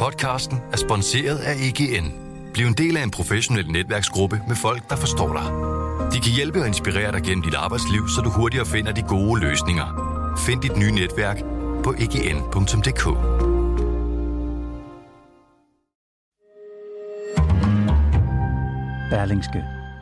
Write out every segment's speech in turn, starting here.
Podcasten er sponsoreret af EGN. Bliv en del af en professionel netværksgruppe med folk, der forstår dig. De kan hjælpe og inspirere dig gennem dit arbejdsliv, så du hurtigere finder de gode løsninger. Find dit nye netværk på egn.dk. Berlingske.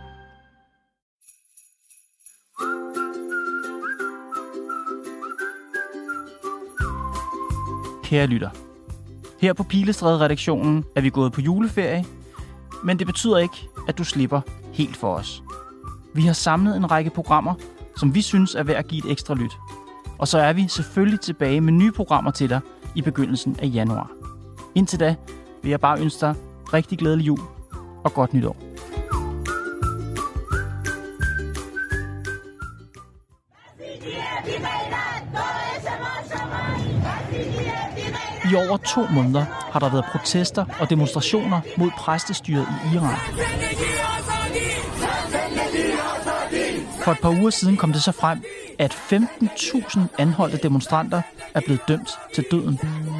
Kære lytter, her på Pilestræde-redaktionen er vi gået på juleferie, men det betyder ikke, at du slipper helt for os. Vi har samlet en række programmer, som vi synes er værd at give et ekstra lyt. Og så er vi selvfølgelig tilbage med nye programmer til dig i begyndelsen af januar. Indtil da vil jeg bare ønske dig rigtig glædelig jul og godt nytår. I over 2 måneder har der været protester og demonstrationer mod præstestyret i Iran. For et par uger siden kom det så frem, at 15.000 anholdte demonstranter er blevet dømt til døden.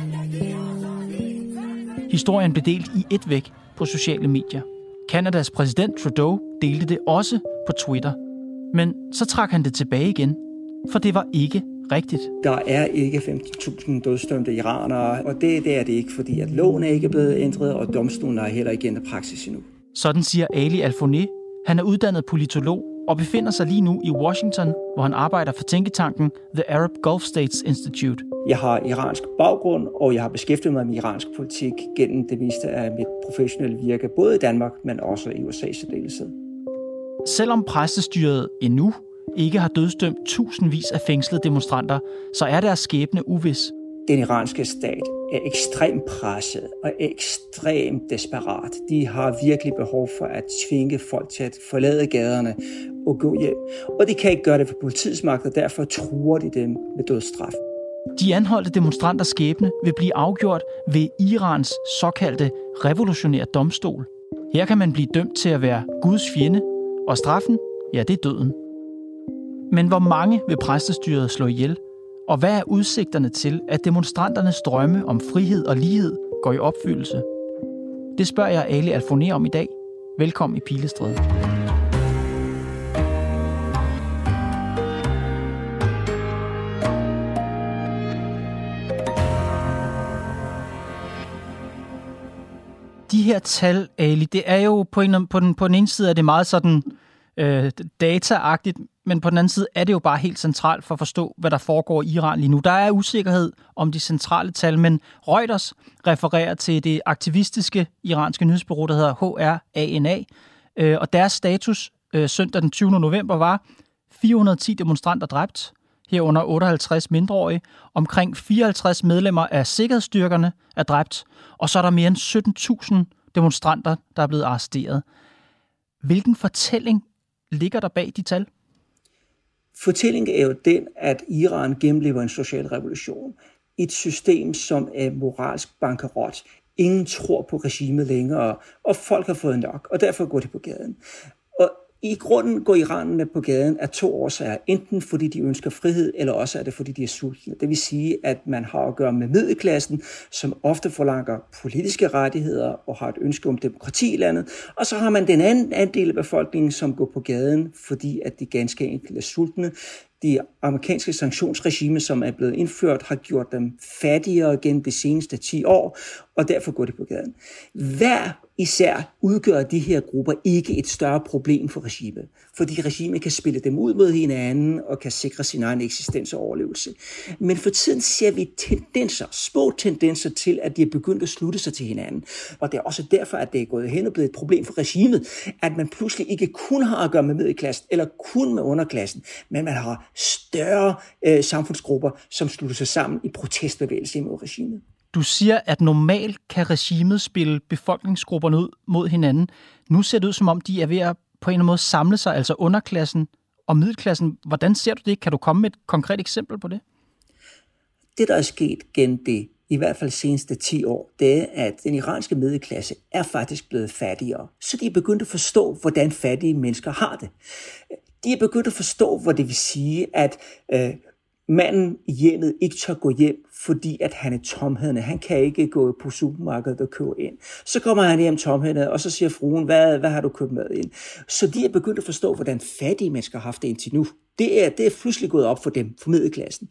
Historien blev delt i et væk på sociale medier. Canadas præsident Trudeau delte det også på Twitter. Men så trak han det tilbage igen, for det var ikke rigtigt. Der er ikke 15.000 dødsdømte iranere, og det er det ikke, fordi at loven er ikke blevet ændret, og domstolen er heller ikke ændret praksis endnu. Sådan siger Ali Alfoné. Han er uddannet politolog og befinder sig lige nu i Washington, hvor han arbejder for tænketanken The Arab Gulf States Institute. Jeg har iransk baggrund, og jeg har beskæftiget mig med iransk politik gennem det meste af mit professionelle virke, både i Danmark, men også i USA særdeleshed. Selvom præstestyret endnu ikke har dødsdømt tusindvis af fængslede demonstranter, så er deres skæbne uvis. Den iranske stat er ekstremt presset og ekstremt desperat. De har virkelig behov for at tvinge folk til at forlade gaderne og gå hjem. Og de kan ikke gøre det for politiets magt, og derfor truer de dem med dødsstraf. De anholdte demonstranters skæbne vil blive afgjort ved Irans såkaldte revolutionære domstol. Her kan man blive dømt til at være Guds fjende, og straffen, ja, det er døden. Men hvor mange vil præstestyret slå ihjel? Og hvad er udsigterne til, at demonstranternes drømme om frihed og lighed går i opfyldelse? Det spørger jeg Ali Alfoné om i dag. Velkommen i Pilestræde. De her tal, Ali, det er jo på den ene side er det meget sådan data-agtigt, men på den anden side er det jo bare helt centralt for at forstå, hvad der foregår i Iran lige nu. Der er usikkerhed om de centrale tal, men Reuters refererer til det aktivistiske iranske nyhedsbureau, der hedder HRANA, og deres status søndag den 20. november var 410 demonstranter dræbt, herunder 58 mindreårige, omkring 54 medlemmer af sikkerhedsstyrkerne er dræbt, og så er der mere end 17.000 demonstranter, der er blevet arresteret. Hvilken fortælling ligger der bag de tal? Fortællingen er jo den, at Iran gennemlever en social revolution. Et system, som er moralsk bankerot. Ingen tror på regimet længere, og folk har fået nok, og derfor går de på gaden. Og i grunden går iranerne på gaden af 2 årsager. Enten fordi de ønsker frihed, eller også er det fordi de er sultne. Det vil sige, at man har at gøre med middelklassen, som ofte forlanger politiske rettigheder og har et ønske om demokrati i landet. Og så har man den anden andel af befolkningen, som går på gaden, fordi at de ganske enkelt er sultne. De amerikanske sanktionsregime, som er blevet indført, har gjort dem fattigere gennem de seneste 10 år, og derfor går de på gaden. Hver især udgør de her grupper ikke et større problem for regimet, fordi regimet kan spille dem ud mod hinanden og kan sikre sin egen eksistens og overlevelse. Men for tiden ser vi små tendenser til, at de er begyndt at slutte sig til hinanden. Og det er også derfor, at det er gået hen og blevet et problem for regimet, at man pludselig ikke kun har at gøre med middelklassen eller kun med underklassen, men man har større samfundsgrupper, som slutter sig sammen i protestbevægelse mod regimet. Du siger, at normalt kan regimet spille befolkningsgrupperne ud mod hinanden. Nu ser det ud, som om de er ved at på en eller anden måde samle sig, altså underklassen og middelklassen. Hvordan ser du det? Kan du komme med et konkret eksempel på det? Det, der er sket gennem det, i hvert fald seneste 10 år, det er, at den iranske middelklasse er faktisk blevet fattigere. Så de er begyndt at forstå, hvordan fattige mennesker har det. De er begyndt at forstå, hvad det vil sige, at manden i hjemmet ikke tør gå hjem, fordi at han er tomhændende. Han kan ikke gå på supermarkedet og købe ind. Så kommer han hjem tomhændende, og så siger fruen, hvad har du købt med ind? Så de er begyndt at forstå, hvordan fattige mennesker har haft det indtil nu. Det er pludselig gået op for dem, for middelklassen.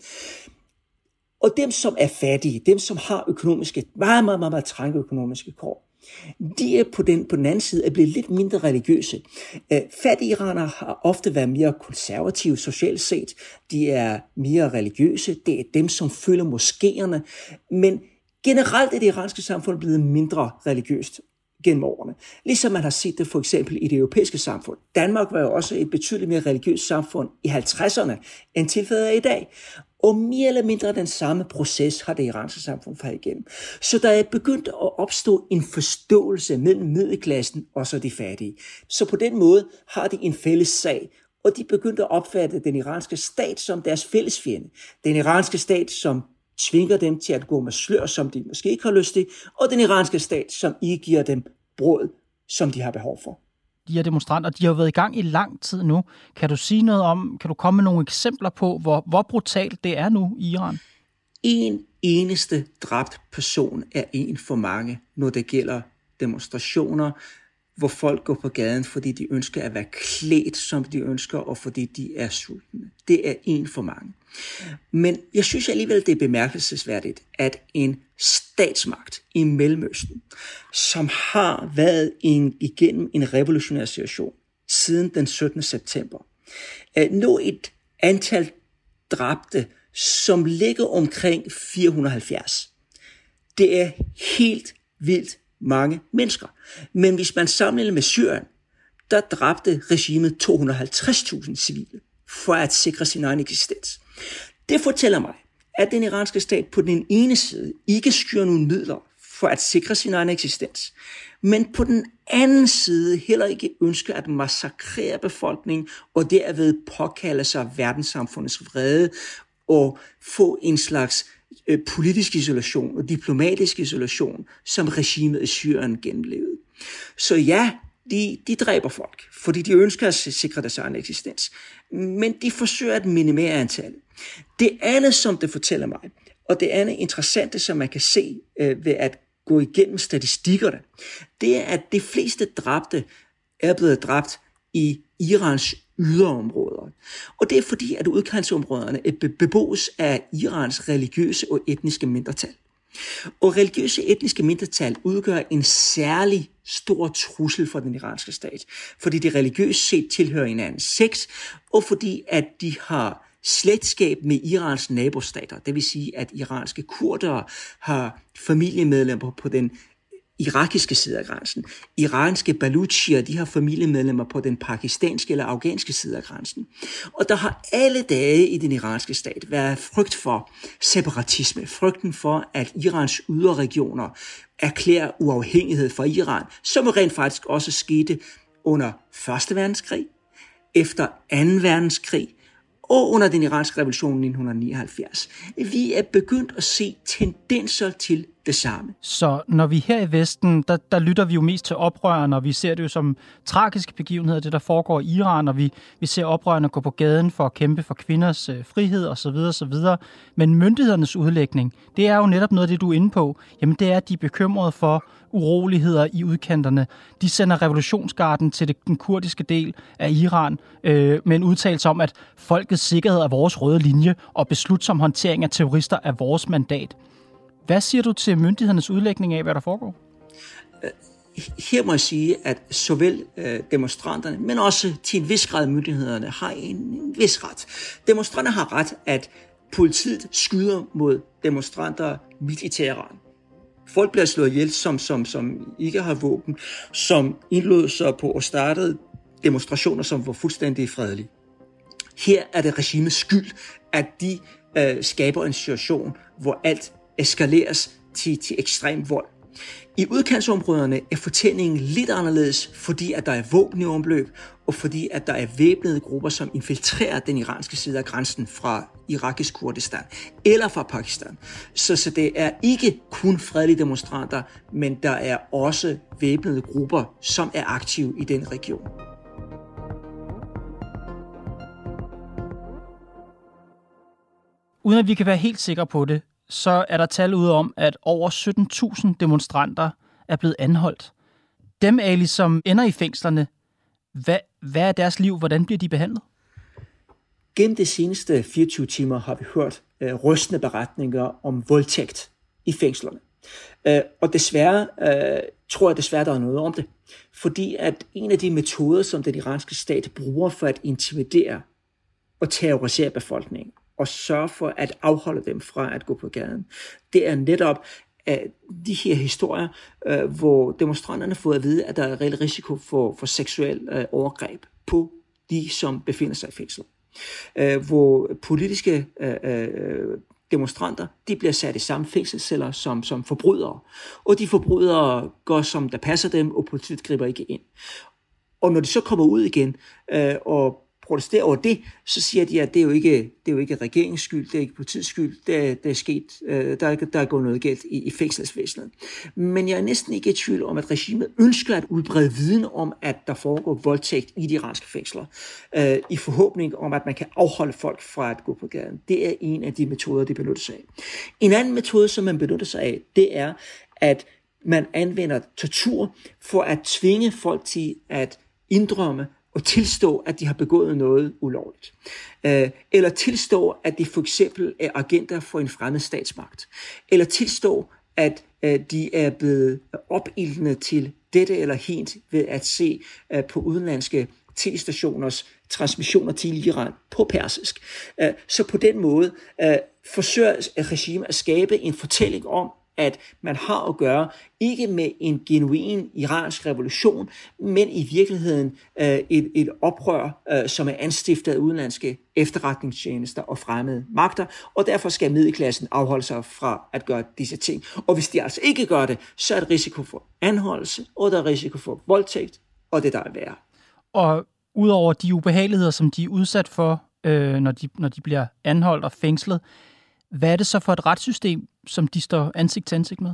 Og dem, som er fattige, dem, som har økonomiske, meget trange økonomiske kår, de er på den anden side er blevet lidt mindre religiøse. Fattige iranere har ofte været mere konservative socialt set. De er mere religiøse. Det er dem, som følger moskéerne. Men generelt er det iranske samfund blevet mindre religiøst gennem årene. Ligesom man har set det for eksempel i det europæiske samfund. Danmark var jo også et betydeligt mere religiøst samfund i 50'erne, end tilfældet er i dag. Og mere eller mindre den samme proces har det iranske samfund været igennem. Så der er begyndt at opstå en forståelse mellem middelklassen og så de fattige. Så på den måde har de en fælles sag, og de begyndte at opfatte den iranske stat som deres fælles fjende. Den iranske stat, som tvinger dem til at gå med slør, som de måske ikke har lyst til, og den iranske stat, som ikke giver dem brød, som de har behov for. De her demonstranter, de har jo været i gang i lang tid nu. Kan du sige noget om, kan du komme med nogle eksempler på, hvor brutalt det er nu i Iran? En eneste dræbt person er en for mange, når det gælder demonstrationer, hvor folk går på gaden, fordi de ønsker at være klædt, som de ønsker, og fordi de er sultne. Det er en for mange. Men jeg synes alligevel, det er bemærkelsesværdigt, at en statsmagt i Mellemøsten, som har været igennem en revolutionær situation siden den 17. september, nå et antal dræbte, som ligger omkring 470. Det er helt vildt mange mennesker. Men hvis man sammenligner med Syrien, der dræbte regimet 250.000 civile for at sikre sin egen eksistens. Det fortæller mig, at den iranske stat på den ene side ikke skyer nogle midler for at sikre sin egen eksistens, men på den anden side heller ikke ønsker at massakrere befolkningen og derved påkalde sig verdenssamfundets vrede og få en slags politisk isolation og diplomatisk isolation, som regimet i Syrien gennemlevede. Så ja, de dræber folk, fordi de ønsker at sikre deres egen eksistens. Men de forsøger at minimere antallet. Det andet, som det fortæller mig, og det andet interessante, som man kan se ved at gå igennem statistikkerne, det er, at de fleste dræbte er blevet dræbt i Irans yderområder. Og det er fordi, at udkantsområderne bebos af Irans religiøse og etniske mindretal. Og religiøse etniske mindretal udgør en særlig stor trussel for den iranske stat, fordi de religiøst set tilhører en anden sekt, og fordi at de har slægtskab med Irans nabostater. Det vil sige, at iranske kurdere har familiemedlemmer på den irakiske side af grænsen. Iranske baluchier, de har familiemedlemmer på den pakistanske eller afghanske side af grænsen. Og der har alle dage i den iranske stat været frygt for separatisme, frygten for, at Irans yderregioner erklærer uafhængighed fra Iran, som rent faktisk også skete under 1. verdenskrig, efter 2. verdenskrig, og under den iranske revolution i 1979. Vi er begyndt at se tendenser til det samme. Så når vi her i Vesten, der lytter vi jo mest til oprørerne, og vi ser det jo som tragiske begivenheder, det der foregår i Iran, og vi ser oprørerne gå på gaden for at kæmpe for kvinders frihed osv. osv. Men myndighedernes udlægning, det er jo netop noget af det, du er inde på. Jamen det er, at de er bekymrede for uroligheder i udkanterne. De sender revolutionsgarden til den kurdiske del af Iran med en udtalelse om, at folkets sikkerhed er vores røde linje, og beslutsom håndtering af terrorister er vores mandat. Hvad siger du til myndighedernes udlægning af, hvad der foregår? Her må jeg sige, at såvel demonstranterne, men også til en vis grad myndighederne har en vis ret. Demonstranterne har ret, at politiet skyder mod demonstranter midt i Teheran. Folk bliver slået ihjel, som ikke har våben, som indlod sig på og startede demonstrationer, som var fuldstændig fredelige. Her er det regimets skyld, at de skaber en situation, hvor alt eskaleres til ekstrem vold. I udkantsområderne er fortællingen lidt anderledes, fordi at der er våben i omløb, og fordi at der er væbnede grupper, som infiltrerer den iranske side af grænsen fra irakisk Kurdistan eller fra Pakistan. Så det er ikke kun fredelige demonstranter, men der er også væbnede grupper, som er aktive i den region. uden at vi kan være helt sikre på det, så er der tal ude om, at over 17.000 demonstranter er blevet anholdt. Dem, Ali, som ender i fængslerne, hvad er deres liv? Hvordan bliver de behandlet? Gennem de seneste 24 timer har vi hørt rystende beretninger om voldtægt i fængslerne. Og desværre tror jeg desværre, der er noget om det. Fordi at en af de metoder, som den iranske stat bruger for at intimidere og terrorisere befolkningen, og sørge for at afholde dem fra at gå på gaden, det er netop de her historier, hvor demonstranterne får at vide, at der er reel risiko for seksuel overgreb på de, som befinder sig i fængsel. Hvor politiske demonstranter, de bliver sat i samme fængselsceller som forbrydere. Og de forbrydere går, som der passer dem, og politiet griber ikke ind. Og når de så kommer ud igen og protesterer over det, så siger de, at det er jo ikke regeringens skyld, det er ikke politiets skyld, det er sket, der er gået noget galt i fængselsvæsenet. Men jeg er næsten ikke i tvivl om, at regimet ønsker at udbrede viden om, at der foregår voldtægt i de iranske fængsler, i forhåbning om, at man kan afholde folk fra at gå på gaden. Det er en af de metoder, de benytter sig af. En anden metode, som man benytter sig af, det er, at man anvender tortur for at tvinge folk til at indrømme og tilstå, at de har begået noget ulovligt. Eller tilstå, at de for eksempel er agenter for en fremmed statsmagt. Eller tilstå, at de er blevet opildnet til dette eller hint ved at se på udenlandske tv-stationers transmissioner til Iran på persisk. Så på den måde forsøger regimet at skabe en fortælling om, at man har at gøre ikke med en genuin iransk revolution, men i virkeligheden et oprør, som er anstiftet af udenlandske efterretningstjenester og fremmede magter, og derfor skal middelklassen afholde sig fra at gøre disse ting. Og hvis de altså ikke gør det, så er der risiko for anholdelse, og der er risiko for voldtægt, og det der er værre. Og udover de ubehageligheder, som de er udsat for, når de bliver anholdt og fængslet, hvad er det så for et retssystem, som de står ansigt til ansigt med?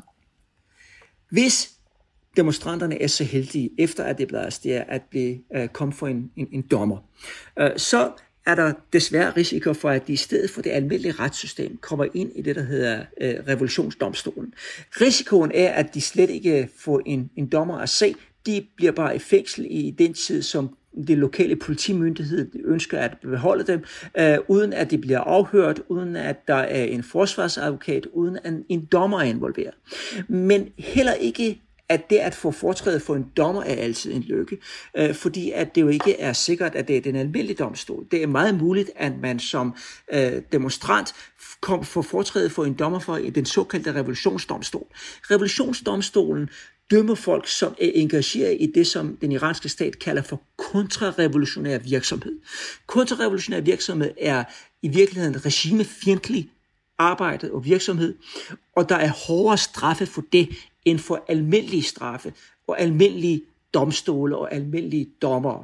Hvis demonstranterne er så heldige, efter at det bliver arresteret, at komme for en dommer, så er der desværre risiko for, at de i stedet for det almindelige retssystem kommer ind i det, der hedder revolutionsdomstolen. Risikoen er, at de slet ikke får en dommer at se. De bliver bare i fængsel i den tid, som de lokale politimyndighed ønsker at beholde dem, uden at de bliver afhørt, uden at der er en forsvarsadvokat, uden at en dommer er involveret. Men heller ikke, at det at få foretræde for en dommer er altid en lykke, fordi at det jo ikke er sikkert, at det er den almindelige domstol. Det er meget muligt, at man som demonstrant får foretræde for en dommer for den såkaldte revolutionsdomstol. Revolutionsdomstolen dømmer folk, som er engageret i det, som den iranske stat kalder for kontrarevolutionær virksomhed. Kontrarevolutionær virksomhed er i virkeligheden regimefjendtlig arbejde og virksomhed, og der er hårdere straffe for det, end for almindelige straffe og almindelige domstole og almindelige dommere.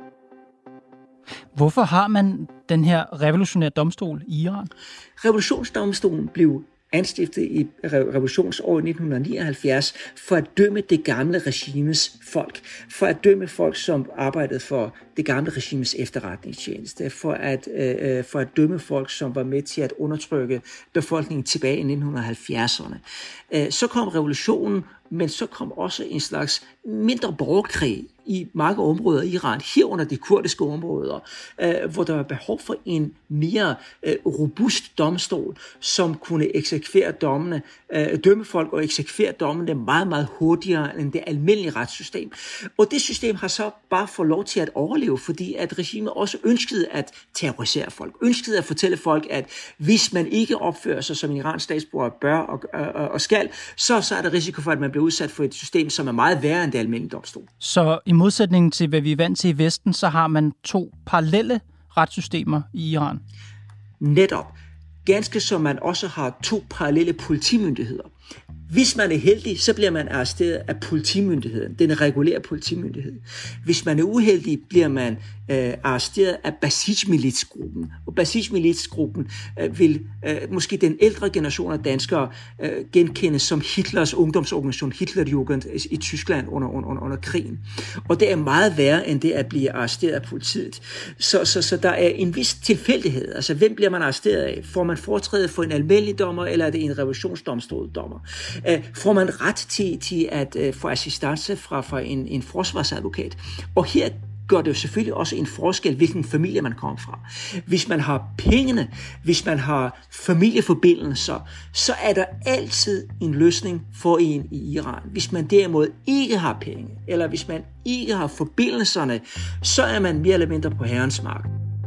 Hvorfor har man den her revolutionære domstol i Iran? Revolutionsdomstolen blev anstiftet i revolutionsåret 1979 for at dømme det gamle regimes folk, for at dømme folk, som arbejdede for det gamle regimes efterretningstjeneste, for at dømme folk, som var med til at undertrykke befolkningen tilbage i 1970'erne. Så kom revolutionen, men så kom også en slags mindre borgerkrig i mange områder i Iran, herunder de kurdiske områder, hvor der var behov for en mere robust domstol, som kunne eksekvere dommene, dømme folk og eksekvere dommene meget, meget hurtigere end det almindelige retssystem. Og det system har så bare fået lov til at overleve, fordi at regimet også ønskede at terrorisere folk, ønskede at fortælle folk, at hvis man ikke opfører sig som en iransk statsborger bør og skal, så er der risiko for, at man bliver udsat for et system, som er meget værre end det almindelige domstol. Så i modsætning til, hvad vi er vant til i Vesten, så har man 2 parallelle retssystemer i Iran. Netop. Ganske som man også har 2 parallelle politimyndigheder. Hvis man er heldig, så bliver man arresteret af politimyndigheden, den regulære politimyndighed. Hvis man er uheldig, bliver man arresteret af Basij-militsgruppen. Og Basij-militsgruppen vil måske den ældre generation af danskere genkendes som Hitlers ungdomsorganisation, Hitlerjugend i Tyskland under krigen. Og det er meget værre end det at blive arresteret af politiet. Så der er en vis tilfældighed. Altså, hvem bliver man arresteret af? Får man foretræde for en almindelig dommer, eller er det en revisionsdomstoldommer? Får man ret til at få assistance fra en forsvarsadvokat? Og her gør det jo selvfølgelig også en forskel, hvilken familie man kommer fra. Hvis man har pengene, hvis man har familieforbindelser, så er der altid en løsning for en i Iran. Hvis man derimod ikke har penge, eller hvis man ikke har forbindelserne, så er man mere eller mindre på herrens mark.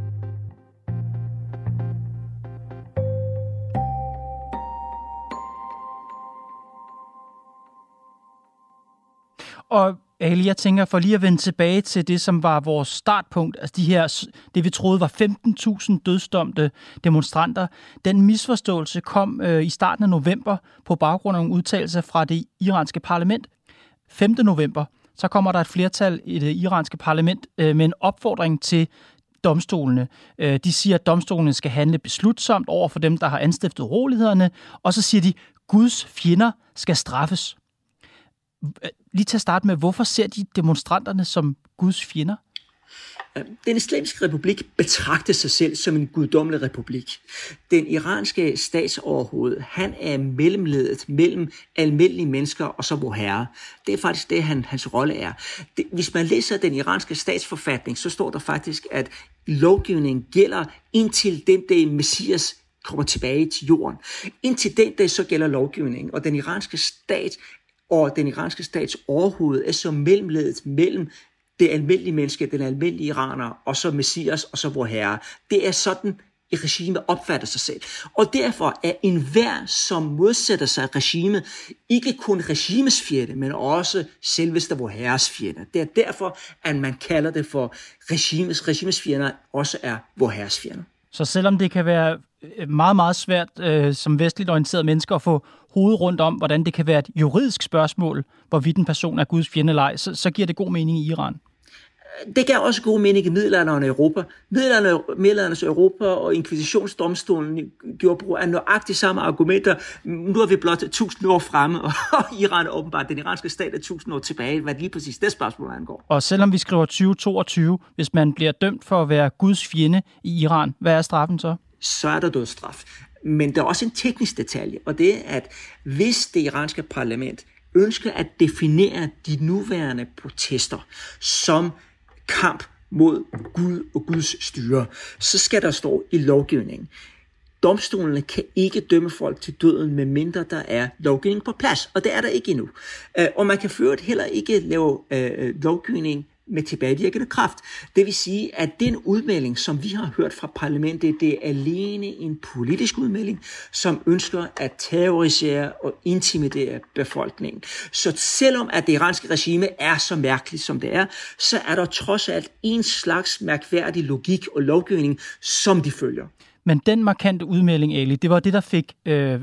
Og Ali, jeg tænker, for lige at vende tilbage til det, som var vores startpunkt, altså det vi troede var 15.000 dødsdomte demonstranter, den misforståelse kom i starten af november på baggrund af nogle udtalelser fra det iranske parlament. 5. november, så kommer der et flertal i det iranske parlament med en opfordring til domstolene. De siger, at domstolene skal handle beslutsomt over for dem, der har anstiftet urolighederne, og så siger de, Guds fjender skal straffes. Lige til at starte med, hvorfor ser de demonstranterne som Guds fjender? Den islamiske republik betragter sig selv som en guddommelig republik. Den iranske statsoverhoved, han er mellemledet mellem almindelige mennesker og så vor herre. Det er faktisk det, hans rolle er. Hvis man læser den iranske statsforfatning, så står der faktisk, at lovgivningen gælder indtil den dag Messias kommer tilbage til jorden. Indtil den dag så gælder lovgivningen, og den iranske stat og den iranske stats overhoved er så mellemledet mellem det almindelige menneske, den almindelige iraner, og så Messias, og så vor herre. Det er sådan, et regime opfatter sig selv. Og derfor er enhver, som modsætter sig regimet, ikke kun regimes fjende, men også selveste vor herres fjende. Det er derfor, at man kalder det for regimes fjender, også er vor herres fjender. Så selvom det kan være meget, meget svært som vestligt orienterede mennesker at få hovedet rundt om, hvordan det kan være et juridisk spørgsmål, hvorvidt en person er Guds fjende eller ej, så giver det god mening i Iran. Det gav også god mening i middelalderen og Europa. Middelalderens Europa og inkvisitionsdomstolen gjorde brug af nøjagtigt samme argumenter. Nu er vi blot 1000 år fremme, og Iran er åbenbart, den iranske stat er 1000 år tilbage, hvad lige præcis det spørgsmål angår. Og selvom vi skriver 2022, hvis man bliver dømt for at være Guds fjende i Iran, hvad er straffen så? Så er der dødsstraf. Men der er også en teknisk detalje, og det er, at hvis det iranske parlament ønsker at definere de nuværende protester som kamp mod Gud og Guds styre, så skal der stå i lovgivningen. Domstolene kan ikke dømme folk til døden, medmindre der er lovgivning på plads, og det er der ikke endnu. Og man kan for heller ikke lave lovgivning med tilbagevirkende kraft. Det vil sige, at den udmelding, som vi har hørt fra parlamentet, det er alene en politisk udmelding, som ønsker at terrorisere og intimidere befolkningen. Så selvom at det iranske regime er så mærkeligt, som det er, så er der trods alt en slags mærkværdig logik og lovgivning, som de følger. Men den markante udmelding, Ali, det var det, der fik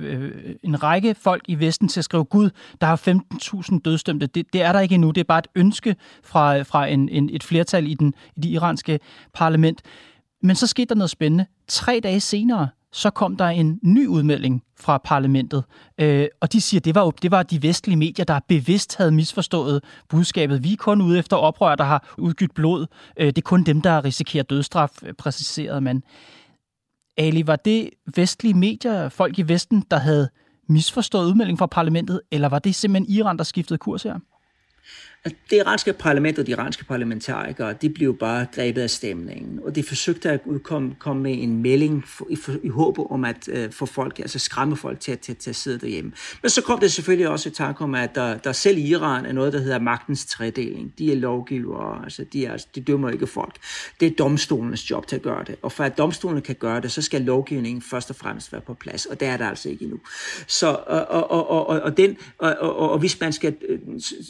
en række folk i Vesten til at skrive, Gud, der har 15.000 dødsdømte. Det er der ikke endnu. Det er bare et ønske fra et flertal i det iranske parlament. Men så skete der noget spændende. 3 dage senere, så kom der en ny udmelding fra parlamentet. Og de siger, det var de vestlige medier, der bevidst havde misforstået budskabet. Vi er kun ude efter oprør, der har udgydt blod. Det er kun dem, der risikerer dødsstraf, præciserede man. Ali, var det vestlige medier, folk i Vesten, der havde misforstået udmeldingen fra parlamentet, eller var det simpelthen Iran, der skiftede kurs her? Det iranske parlament og de iranske parlamentarikere, de blev bare grebet af stemningen, og de forsøgte at komme med en melding i håb om at få folk, altså skræmme folk til at sidde derhjemme. Men så kom det selvfølgelig også i tanke om, at der selv i Iran er noget, der hedder magtens tredeling. De er lovgivere, altså de dømmer ikke folk. Det er domstolenes job til at gøre det, og for at domstolene kan gøre det, så skal lovgivningen først og fremmest være på plads, og det er der altså ikke endnu. Så, og hvis man skal myrde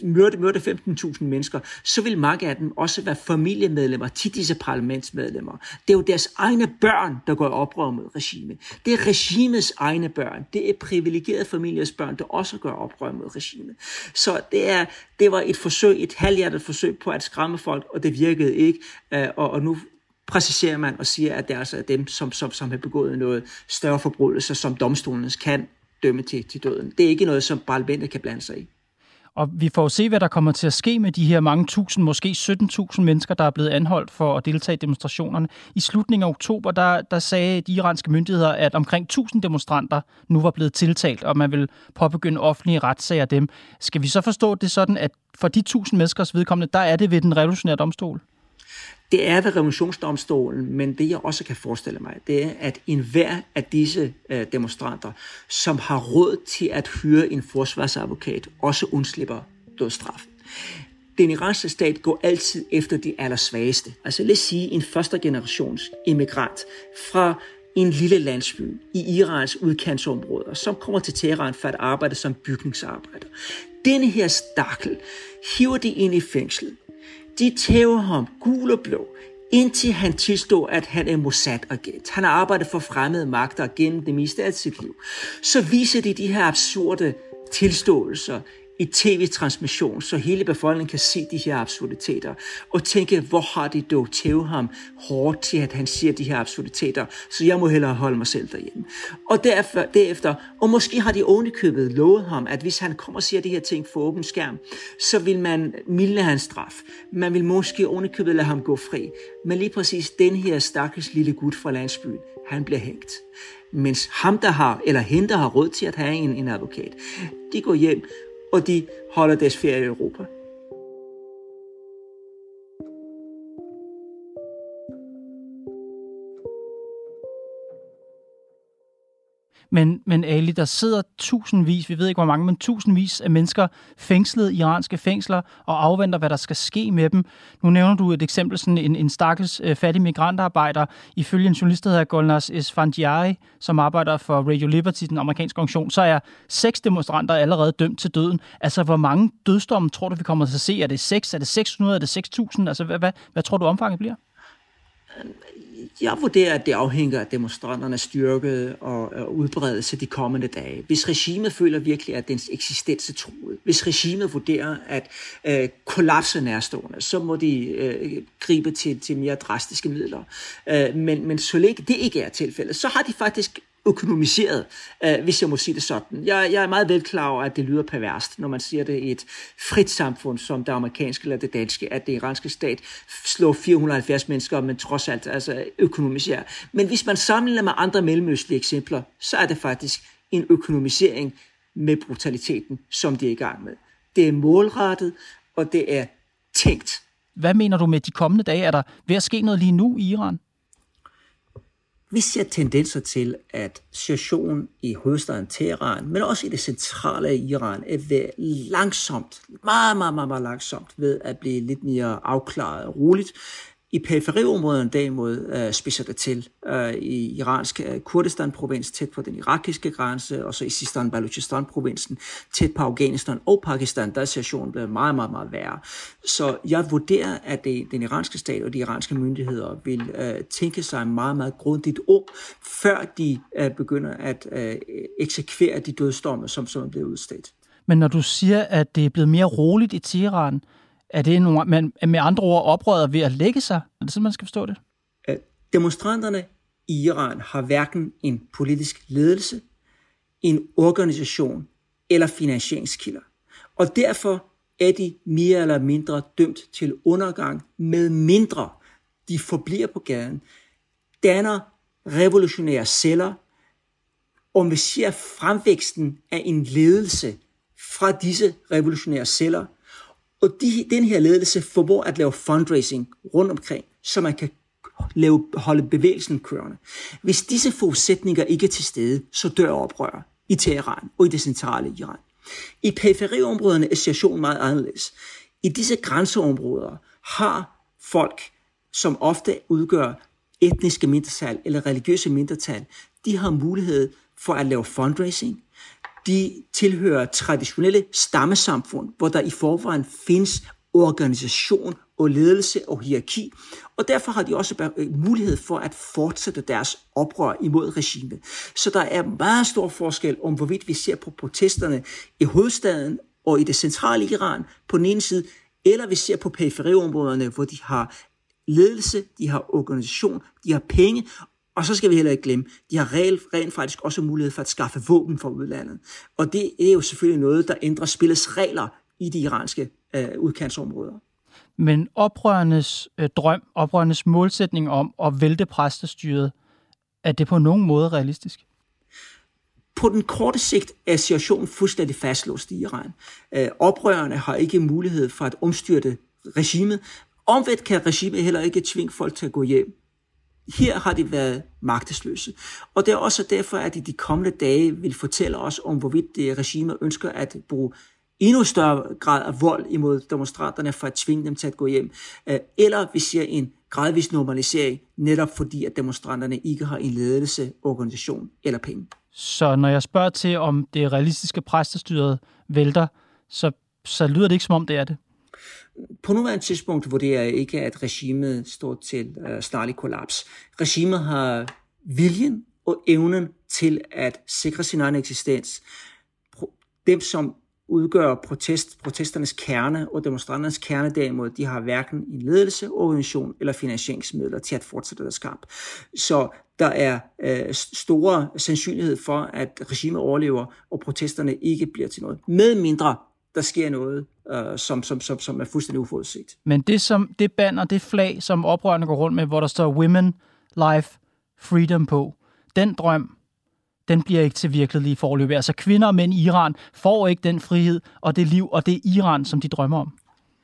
nu er det 15.000 mennesker, så vil mange af dem også være familiemedlemmer til disse parlamentsmedlemmer. Det er jo deres egne børn, der går i oprør mod regimet. Det er regimets egne børn. Det er privilegerede familiers børn, der også gør oprør mod regimet. Så det var et halvhjertet forsøg på at skræmme folk, og det virkede ikke. Og nu præciserer man og siger, at det altså er dem, som har begået noget større forbrydelse, som domstolen kan dømme til døden. Det er ikke noget, som parlamentet kan blande sig i. Og vi får se, hvad der kommer til at ske med de her mange tusind, måske 17.000 mennesker, der er blevet anholdt for at deltage i demonstrationerne. I slutningen af oktober, der sagde de iranske myndigheder, at omkring 1.000 demonstranter nu var blevet tiltalt, og man vil påbegynde offentlige retssager af dem. Skal vi så forstå det sådan, at for de 1.000 menneskers vedkommende, der er det ved den revolutionære domstol? Det er ved revolutionsdomstolen, men det jeg også kan forestille mig, det er, at enhver af disse demonstranter, som har råd til at hyre en forsvarsadvokat, også undslipper dødsstraf. Den iranske stat går altid efter de allersvageste. Altså lad os sige en første generations immigrant fra en lille landsby i Irans udkantsområder, som kommer til Teheran for at arbejde som bygningsarbejder. Denne her stakkel hiver de ind i fængslet. De tæver ham gul og blå, indtil han tilstår, at han er Mossad-agent. Han har arbejdet for fremmede magter gennem det meste af sit liv. Så viser de her absurde tilståelser i tv-transmission, så hele befolkningen kan se de her absurditeter, og tænke, hvor har de dog tævet ham hårdt til, at han siger de her absurditeter, så jeg må hellere holde mig selv derhjemme. Og derefter, og måske har de ovenikøbet lovet ham, at hvis han kommer og siger de her ting for åben skærm, så vil man mildne hans straf. Man vil måske ovenikøbet lade ham gå fri. Men lige præcis den her stakkels lille gut fra landsbyen, han bliver hængt. Mens ham, der har, eller hende, der har råd til at have en advokat, de går hjem, og de holder deres ferie i Europa. Men Ali, der sidder tusindvis, vi ved ikke hvor mange, men tusindvis af mennesker fængslet i iranske fængsler og afventer, hvad der skal ske med dem. Nu nævner du et eksempel, sådan en stakkels fattig migrantarbejder, ifølge en journalist, der hedder Golnaz Esfandiari, som arbejder for Radio Liberty, den amerikanske organisation, så er 6 demonstranter allerede dømt til døden. Altså, hvor mange dødsdomme tror du, vi kommer til at se? Er det 6? Er det 600? Er det 6.000? Altså, hvad tror du, omfanget bliver? Jeg vurderer, at det afhænger af demonstranternes styrke og udbredelse de kommende dage. Hvis regimet føler virkelig, at dens eksistens er truet, hvis regimet vurderer, at kollapsen er nærstående, så må de gribe til mere drastiske midler. Men så længe det ikke er tilfældet, så har de faktisk økonomiseret, hvis jeg må sige det sådan. Jeg er meget velklar over, at det lyder perverst, når man siger det i et frit samfund, som det amerikanske eller det danske, at det iranske stat slår 470 mennesker, men trods alt altså økonomiserer. Men hvis man sammenligner med andre mellemøstlige eksempler, så er det faktisk en økonomisering med brutaliteten, som de er i gang med. Det er målrettet, og det er tænkt. Hvad mener du med de kommende dage? Er der ved at ske noget lige nu i Iran? Vi ser tendenser til, at situationen i hovedstaden Teheran, men også i det centrale Iran, er ved langsomt, meget langsomt, ved at blive lidt mere afklaret og roligt. I periferiområderne derimod spidser det til i iransk Kurdistan-provins, tæt på den irakiske grænse, og så i Sistan-Balochistan-provinsen, tæt på Afghanistan og Pakistan, der er situationen blevet meget værre. Så jeg vurderer, at den iranske stat og de iranske myndigheder vil tænke sig meget grundigt om, før de begynder at eksekvere de dødsdomme, som er blevet udstedt. Men når du siger, at det er blevet mere roligt i Teheran, er det med andre ord oprøret ved at lægge sig? Er det sådan, man skal forstå det? Demonstranterne i Iran har hverken en politisk ledelse, en organisation eller finansieringskilder. Og derfor er de mere eller mindre dømt til undergang, med mindre de forbliver på gaden, danner revolutionære celler, og vi ser fremvæksten af en ledelse fra disse revolutionære celler. Og den her ledelse formår at lave fundraising rundt omkring, så man kan holde bevægelsen kørende. Hvis disse forudsætninger ikke er til stede, så dør oprør i Teheran og i det centrale Iran. I periferiområderne er situationen meget anderledes. I disse grænseområder har folk, som ofte udgør etniske mindretal eller religiøse mindretal, de har mulighed for at lave fundraising. de tilhører traditionelle stammesamfund, hvor der i forvejen findes organisation og ledelse og hierarki, og derfor har de også mulighed for at fortsætte deres oprør imod regimet. Så der er meget stor forskel om, hvorvidt vi ser på protesterne i hovedstaden og i det centrale Iran på den ene side, eller vi ser på periferiområderne, hvor de har ledelse, de har organisation, de har penge, og så skal vi heller ikke glemme, de har rent faktisk også mulighed for at skaffe våben fra udlandet. Og det er jo selvfølgelig noget, der ændrer spillets regler i de iranske udkantsområder. Men oprørernes drøm, oprørernes målsætning om at vælte præstestyret, er det på nogen måde realistisk? På den korte sigt er situationen fuldstændig fastlåst i Iran. Oprørerne har ikke mulighed for at omstyrte regimet. Omvendt kan regimet heller ikke tvinge folk til at gå hjem. Her har de været magtesløse. Og det er også derfor, at de kommende dage vil fortælle os om, hvorvidt det regime ønsker at bruge endnu større grad af vold imod demonstranterne for at tvinge dem til at gå hjem. Eller vi ser en gradvis normalisering, netop fordi at demonstranterne ikke har en ledelse, organisation eller penge. Så når jeg spørger til, om det realistiske præstestyret vælter, så lyder det ikke, som om det er det? På nuværende tidspunkt vurderer jeg ikke, at regimet står til snarlig kollaps. Regimet har viljen og evnen til at sikre sin egen eksistens. Dem, som udgør protesternes kerne og demonstranternes kerne derimod, de har hverken en ledelse, organisation eller finansieringsmidler til at fortsætte deres kamp. Så der er store sandsynlighed for, at regimet overlever, og protesterne ikke bliver til noget. Med mindre der sker noget, som er fuldstændig uforudset. Men det banner, det flag, som oprørerne går rundt med, hvor der står Women, Life, Freedom på, den drøm, den bliver ikke til virkelighed i forløbet. Altså kvinder og mænd i Iran får ikke den frihed og det liv og det Iran, som de drømmer om.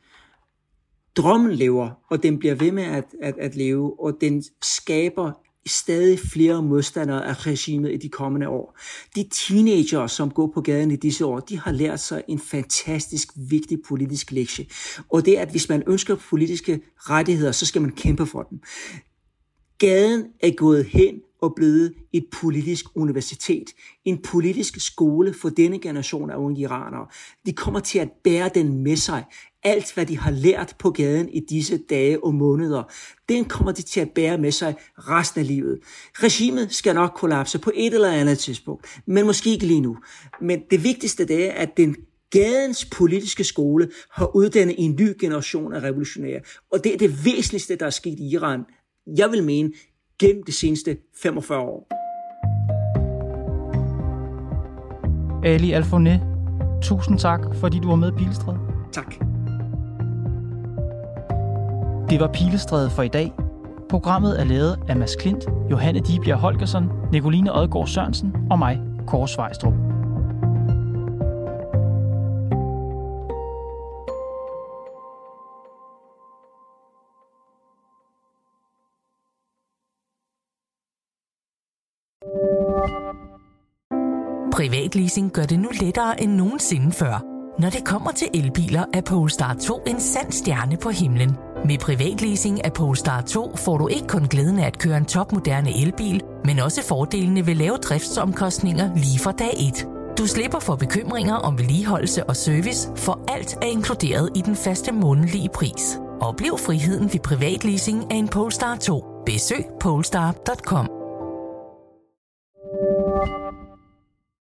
Drømmen lever, og den bliver ved med at leve, og den skaber stadig flere modstandere af regimet i de kommende år. De teenager, som går på gaden i disse år, de har lært sig en fantastisk vigtig politisk lektie. Og det er, at hvis man ønsker politiske rettigheder, så skal man kæmpe for dem. Gaden er gået hen og blevet et politisk universitet, en politisk skole for denne generation af unge iranere. De kommer til at bære den med sig. Alt, hvad de har lært på gaden i disse dage og måneder, den kommer de til at bære med sig resten af livet. Regimet skal nok kollapse på et eller andet tidspunkt, men måske ikke lige nu. Men det vigtigste det er, at den gadens politiske skole har uddannet en ny generation af revolutionære. Og det er det væsentligste, der er sket i Iran. Jeg vil mene, gennem de seneste 45 år. Ali Alfoneh, tusind tak, fordi du var med i Pilestræde. Tak. Det var Pilestræde for i dag. Programmet er lavet af Mads Klint, Johanne Dibjerg Holgersen, Nicoline Odgaard Sørensen og mig, Kåre Svejstrup. Privatleasing gør det nu lettere end nogensinde før. Når det kommer til elbiler, er Polestar 2 en sand stjerne på himlen. Med privatleasing af Polestar 2 får du ikke kun glæden af at køre en topmoderne elbil, men også fordelene ved lave driftsomkostninger lige fra dag 1. Du slipper for bekymringer om vedligeholdelse og service, for alt er inkluderet i den faste månedlige pris. Oplev friheden ved privatleasing af en Polestar 2. Besøg polestar.com.